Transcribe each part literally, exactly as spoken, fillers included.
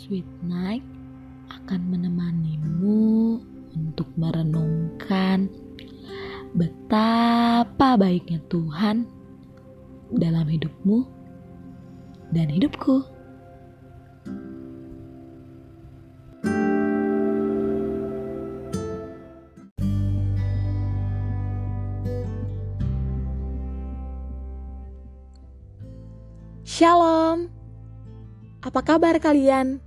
Sweet Night akan menemanimu untuk merenungkan betapa baiknya Tuhan dalam hidupmu dan hidupku. Shalom, apa kabar kalian?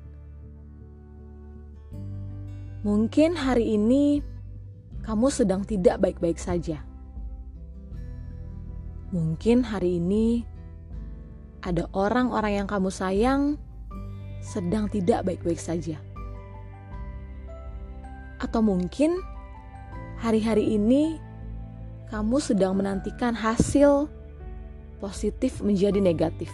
Mungkin hari ini kamu sedang tidak baik-baik saja. Mungkin hari ini ada orang-orang yang kamu sayang sedang tidak baik-baik saja. Atau mungkin hari-hari ini kamu sedang menantikan hasil positif menjadi negatif.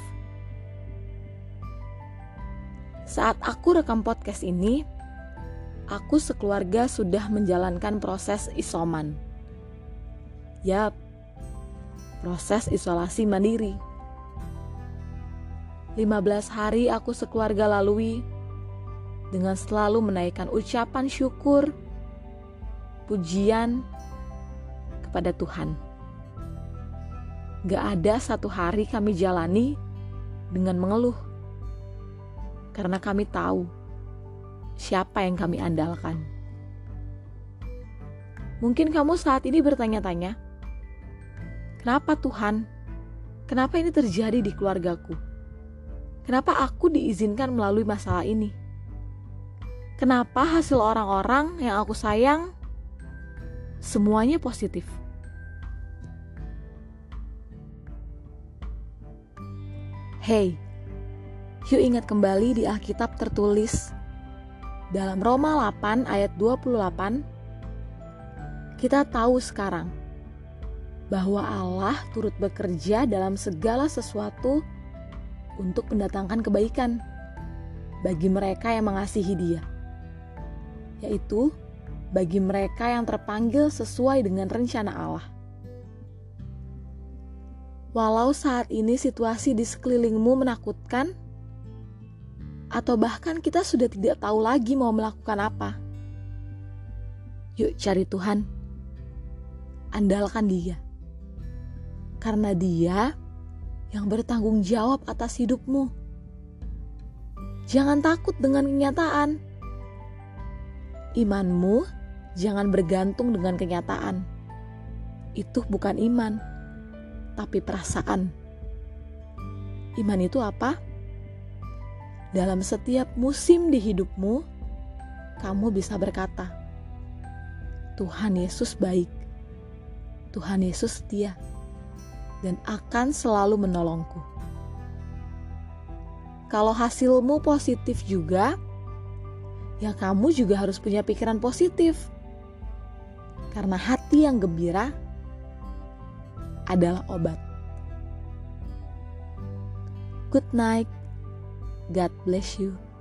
Saat aku rekam podcast ini, aku sekeluarga sudah menjalankan proses isoman. Yap, proses isolasi mandiri. lima belas hari aku sekeluarga lalui dengan selalu menaikkan ucapan syukur, pujian kepada Tuhan. Gak ada satu hari kami jalani dengan mengeluh. Karena kami tahu siapa yang kami andalkan. Mungkin kamu saat ini bertanya-tanya, kenapa Tuhan? Kenapa ini terjadi di keluargaku? Kenapa aku diizinkan melalui masalah ini? Kenapa hasil orang-orang yang aku sayang semuanya positif? Hey, yuk ingat kembali di Alkitab tertulis dalam Roma delapan ayat dua puluh delapan. Kita tahu sekarang bahwa Allah turut bekerja dalam segala sesuatu untuk mendatangkan kebaikan bagi mereka yang mengasihi Dia, yaitu bagi mereka yang terpanggil sesuai dengan rencana Allah. Walau saat ini situasi di sekelilingmu menakutkan, atau bahkan kita sudah tidak tahu lagi mau melakukan apa, yuk cari Tuhan, andalkan Dia, karena Dia yang bertanggung jawab atas hidupmu. Jangan takut dengan kenyataan. Imanmu jangan bergantung dengan kenyataan. Itu bukan iman, tapi perasaan. Iman itu apa? Dalam setiap musim di hidupmu, kamu bisa berkata, Tuhan Yesus baik, Tuhan Yesus setia, dan akan selalu menolongku. Kalau hasilmu positif juga, ya kamu juga harus punya pikiran positif. Karena hati yang gembira adalah obat. Good night. God bless you.